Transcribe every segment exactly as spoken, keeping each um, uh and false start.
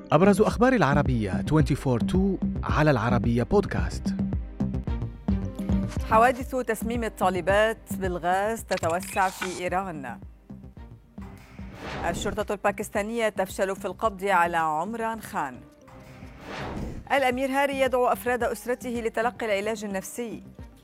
أبرز أخبار العربية أربعة وعشرين اثنين على العربية بودكاست. حوادث تسميم الطالبات بالغاز تتوسع في إيران. الشرطة الباكستانية تفشل في القبض على عمران خان. الأمير هاري يدعو أفراد أسرته لتلقي العلاج النفسي.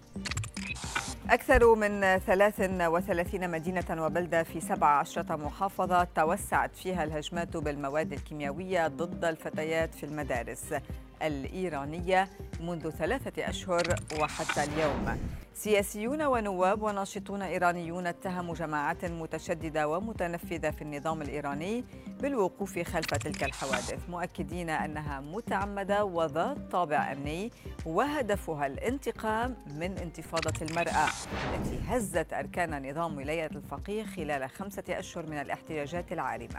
أكثر من ثلاث وثلاثين مدينة وبلدة في سبع عشرة محافظة توسعت فيها الهجمات بالمواد الكيميائية ضد الفتيات في المدارس الإيرانية منذ ثلاثة أشهر وحتى اليوم. سياسيون ونواب وناشطون إيرانيون اتهموا جماعات متشددة ومتنفذة في النظام الإيراني بالوقوف خلف تلك الحوادث، مؤكدين أنها متعمدة وذات طابع أمني وهدفها الانتقام من انتفاضة المرأة التي هزت أركان نظام ولاية الفقيه خلال خمسة أشهر من الاحتجاجات العارمة.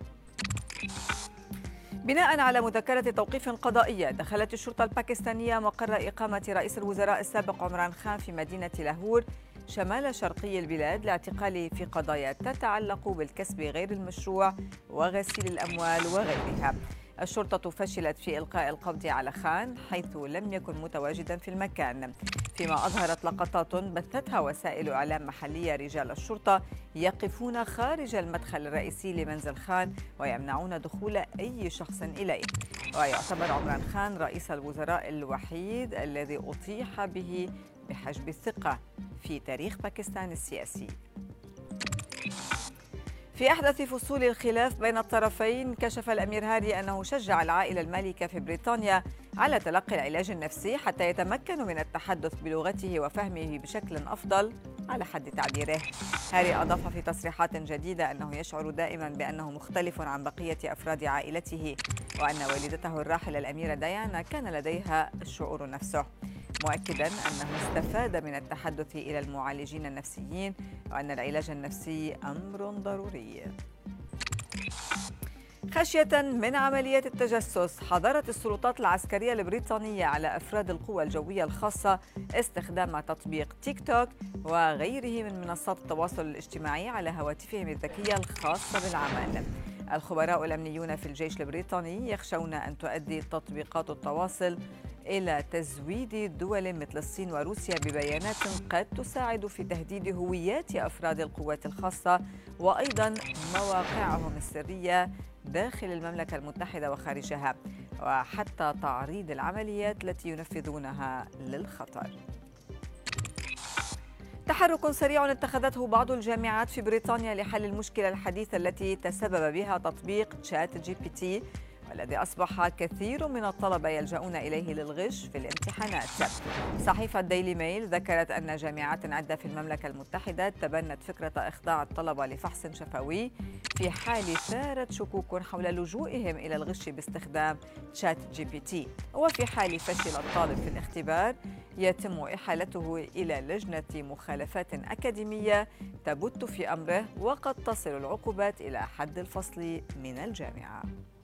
بناء على مذكرة توقيف قضائية، دخلت الشرطة الباكستانية مقر إقامة رئيس الوزراء السابق عمران خان في مدينة لاهور شمال شرقي البلاد لاعتقاله في قضايا تتعلق بالكسب غير المشروع وغسيل الأموال وغيرها. الشرطة فشلت في إلقاء القبض على خان حيث لم يكن متواجدا في المكان، فيما أظهرت لقطات بثتها وسائل إعلام محلية رجال الشرطة يقفون خارج المدخل الرئيسي لمنزل خان ويمنعون دخول أي شخص إليه. ويعتبر عمران خان رئيس الوزراء الوحيد الذي أطيح به بحجب الثقة في تاريخ باكستان السياسي. في أحدث فصول الخلاف بين الطرفين، كشف الأمير هاري أنه شجع العائلة المالكة في بريطانيا على تلقي العلاج النفسي حتى يتمكنوا من التحدث بلغته وفهمه بشكل أفضل على حد تعبيره. هاري أضاف في تصريحات جديدة أنه يشعر دائما بأنه مختلف عن بقية أفراد عائلته، وأن والدته الراحلة الأميرة ديانا كان لديها الشعور نفسه، مؤكدا أنه استفاد من التحدث إلى المعالجين النفسيين وأن العلاج النفسي أمر ضروري. خشية من عمليات التجسس، حظرت السلطات العسكرية البريطانية على أفراد القوى الجوية الخاصة استخدام تطبيق تيك توك وغيره من منصات التواصل الاجتماعي على هواتفهم الذكية الخاصة بالعمل. الخبراء الأمنيون في الجيش البريطاني يخشون أن تؤدي تطبيقات التواصل إلى تزويد دول مثل الصين وروسيا ببيانات قد تساعد في تهديد هويات أفراد القوات الخاصة وأيضا مواقعهم السرية داخل المملكة المتحدة وخارجها، وحتى تعريض العمليات التي ينفذونها للخطر. تحرك سريع اتخذته بعض الجامعات في بريطانيا لحل المشكلة الحديثة التي تسبب بها تطبيق تشات جي بي تي، والذي أصبح كثير من الطلبة يلجؤون إليه للغش في الامتحانات. صحيفة ديلي ميل ذكرت أن جامعات عدة في المملكة المتحدة تبنت فكرة إخضاع الطلبة لفحص شفوي في حال ثارت شكوك حول لجوئهم إلى الغش باستخدام تشات جي بي تي، وفي حال فشل الطالب في الاختبار يتم إحالته إلى لجنة مخالفات أكاديمية تبت في أمره، وقد تصل العقوبات إلى حد الفصل من الجامعة.